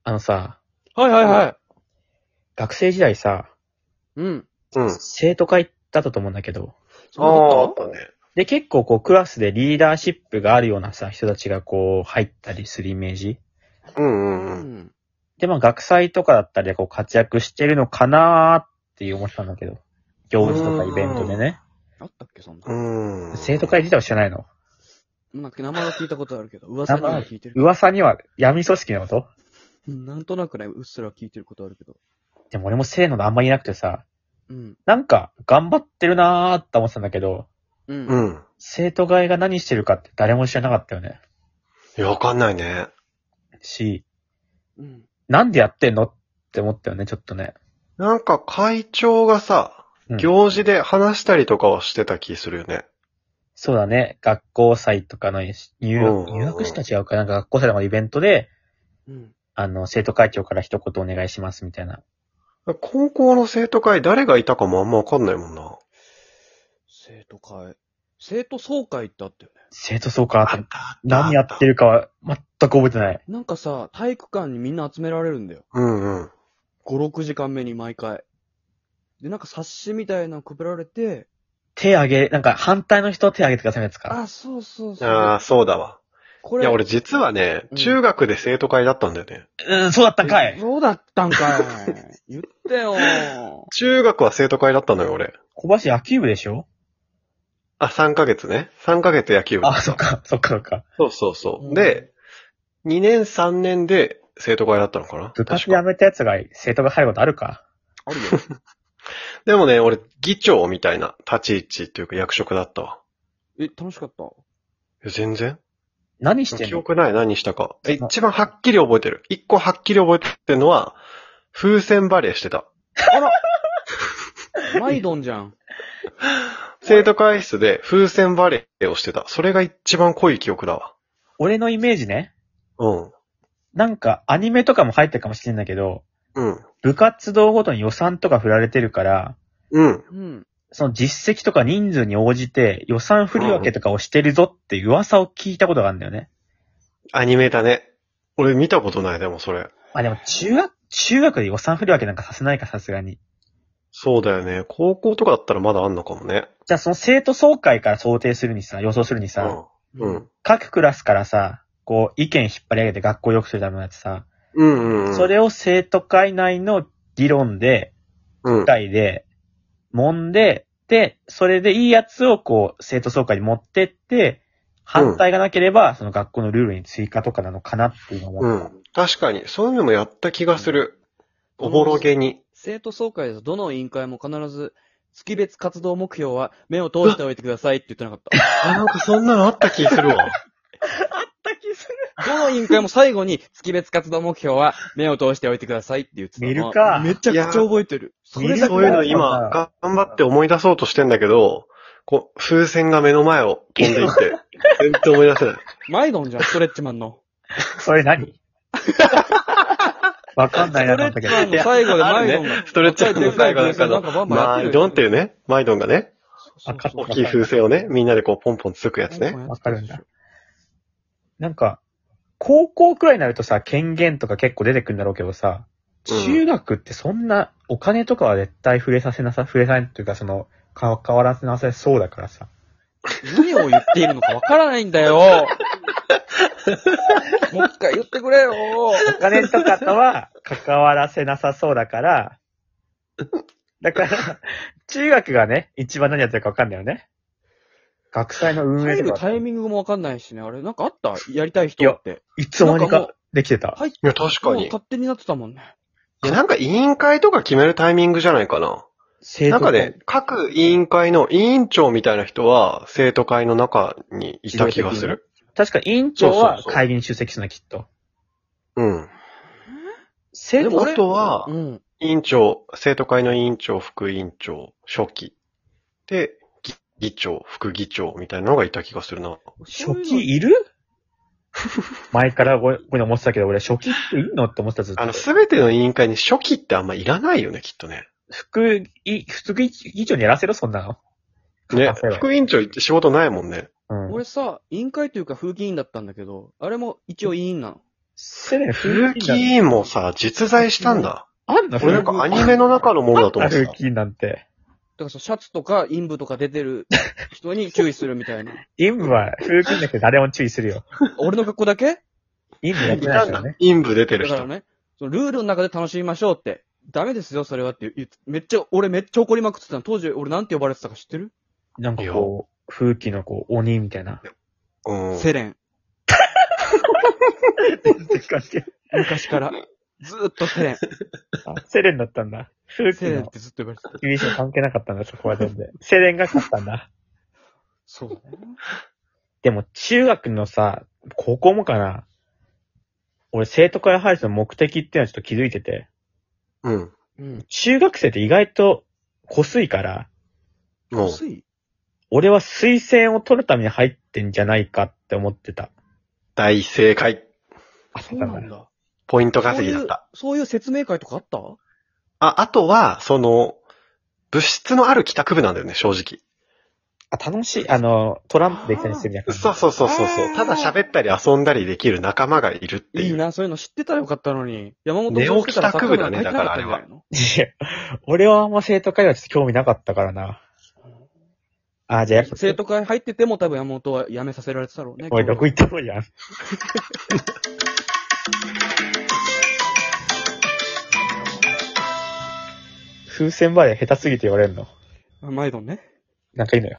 あのさ、 はいはいはい。 学生時代さ、 うん。 うん。 生徒会だったと思うんだけど、 そんなことあったね。 で、結構こうクラスでリーダーシップがあるようなさ、人たちがこう入ったりするイメージ。 うんううんうん。 ん。 で、まあ学祭とかだったりでこう活躍してるのかなーって思ったんだけど、行事とかイベントでね。 あったっけ、そんな。 生徒会自体は知らないの。 なんか名前は聞いたことあるけど、噂には聞いてる。 噂には闇組織のこと？ なんとなくね、うっすら聞いてることあるけど。 でも俺もせーのであんまりいなくてさ、 うん。 なんか頑張ってるなーって思ってたんだけど、 うん。 うん。 生徒会が何してるかって誰も知らなかったよね。 いや、わかんないね。 し、 うん。 なんでやってんのって思ったよね、ちょっとね。 なんか会長がさ、 うん行事で話したりとかはしてた気するよね。 そうだね。学校祭とかのうん入学式とは違うかなんか学校祭とかのイベントで、 うん。 生徒会長から一言お願いしますみたいな。 高校の生徒会誰がいたかもあんまわかんないもんな。 生徒会。生徒総会ってあったよね。 生徒総会あってた何やってるかは全く覚えてない。 なんかさ、体育館にみんな集められるんだよ。 うんうん。 5、6時間目に毎回。で、なんか冊子みたいなの配られて、 なんか反対の人手挙げてくださいのやつか。 あ、そうそうそう。 ああ、そうだわ。 これ。 いや、俺実はね、 うん中学で生徒会だったんだよね。 そうだったんかい。 そうだったんかい。言ってよ。 中学は生徒会だったのよ、俺。 小橋野球部でしょ？ あ、3ヶ月ね。3ヶ月野球部だった。 あ、そっか、そっかそっか。 そうそうそう。 うんで、2年3年で生徒会だったのかな部活確か。 辞めたやつが生徒が入ることあるか？ あるよ。 でもね、俺、議長みたいな立ち位置っていうか役職だったわ。 楽しかった。 いや全然何してんの？ 記憶ない、何したか。 あ一番はっきり覚えてる。一個はっきり覚えてるのは、風船バレーしてた。 あらマイドンじゃん。 生徒会室で風船バレーをしてた。それが一番濃い記憶だわ。 俺のイメージね。 うん。 なんかアニメとかも入ってるかもしれないんだけど、 うん。 部活動ごとに予算とか振られてるから、 うん。 うん。 その実績とか人数に応じて予算振り分けとかをしてるぞっていう噂を聞いたことがあるんだよね。 アニメだね。俺見たことない、でもそれ。 あ、でも中学で予算振り分けなんかさせないか、さすがに。 そうだよね。高校とかだったらまだあんのかもね。 じゃあその生徒総会から想定するにさ、予想するにさ、 うん。うん。 各クラスからさ、こう意見引っ張り上げて学校を良くするためのやつさ、 うんうん。 それを生徒会内の議論で、 うん。 会で、揉んで、で、それでいいやつをこう、生徒総会に持ってって、反対がなければ、その学校のルールに追加とかなのかなっていうのを思った。 うん。確かに。そういうのもやった気がする。おぼろげに。 生徒総会だとどの委員会も必ず、月別活動目標は目を通しておいてくださいって言ってなかった。 なんかそんなのあった気するわ。 あった気する。 どの委員会も最後に、月別活動目標は目を通しておいてくださいって言ってたの。 見るかめちゃくちゃ覚えてる。それ見るだけそういうの今、頑張って思い出そうとしてんだけど、こう、風船が目の前を飛んでいって、全然思い出せない。 マイドンじゃん、ストレッチマンの。 それ何わかんないなと思ったけど。 ストレッチマンの最後でマイドンが。 ストレッチマンの最後なんかの、 なんかバンバンやってるマイドンっていうね、マイドンがね、 わかった大きい風船をね、みんなでこうポンポンつくやつね。 わかるんだ。なんか、高校くらいになるとさ、権限とか結構出てくるんだろうけどさ、中学ってそんなお金とかは絶対触れさないというか、その、関わらせなさそうだからさ。 何を言っているのかわからないんだよ。もう一回言ってくれよ。 お金とかとは関わらせなさそうだから、だから、中学がね、一番何やってるかわかんないよね。学祭の運営入るとか。 タイミングもわかんないしね。あれ、なんかあったやりたい人って。 いつの間にかできてた。 入っいや、確かに。 勝手になってたもんね。 いや、なんか委員会とか決めるタイミングじゃないかな。 生徒会なんかね、各委員会の委員長みたいな人は生徒会の中にいた気がする。 確か委員長はそうそうそう会議に出席するのきっと。 うん。 生徒あとはう、ん。 委員長、生徒会の委員長、副委員長、書記。で、議長、副議長みたいなのがいた気がするな。 初期いる前からこれ思ってたけど、俺初期っていいのって思ってたずっと。 すべての委員会に書記ってあんまいらないよね、きっとね。 副議長にやらせろ、そんなの。 ね書かせろ、 副委員長って仕事ないもんね。 うん。 俺さ、委員会というか風紀委員だったんだけど、あれも一応委員なの。 セレン風紀委員もさ、実在したんだ。 あんの俺なんかアニメの中のものだと思ってた。 風紀委員なんて。 だからそう、シャツとか陰部とか出てる人に注意するみたいな。 陰部は風紀委員だけど誰も注意するよ。 俺の格好だけ陰部やっていたんだないからね。。 陰部出てる人。 だからね、そのルールの中で楽しみましょうって。ダメですよ、それはって言う。俺めっちゃ怒りまくってたの。当時俺なんて呼ばれてたか知ってる？ なんかこう、風紀のこう、鬼みたいな。 うん。 セレン。 昔昔から。ずーっとセレン。 セレンだったんだ。風紀のセレンってずっと呼ばれてた。 厳しい関係なかったんだ、そこは全然。セレンが勝ったんだ。 そうね。 でも中学のさ、高校もかな。俺生徒会入るの目的っていうのはちょっと気づいてて。 うん。 うん。 中学生って意外と濃いから、 もう、 薄い？ 俺は推薦を取るために入ってんじゃないかって思ってた。 大正解。 あ、 そうなんだ。 ポイント稼ぎだった。 そういう説明会とかあった？ あとは、物質のある帰宅部なんだよね、正直。 あ、楽しい。トランプできたりするみたいな感じ。 そう。 あーただ喋ったり遊んだりできる仲間がいるっていう。 いいな、そういうの知ってたらよかったのに。山本ネオ帰宅部だね入ってなかったんじゃないのいや俺はあんま生徒会はちょっと興味なかったからな。あ、じゃあやっぱ、 生徒会入ってても多分山本は辞めさせられてたろうね。 おい、どこ行ったのやん。風船バレー下手すぎて言われるの。 毎度ね。 なんかいいのよ。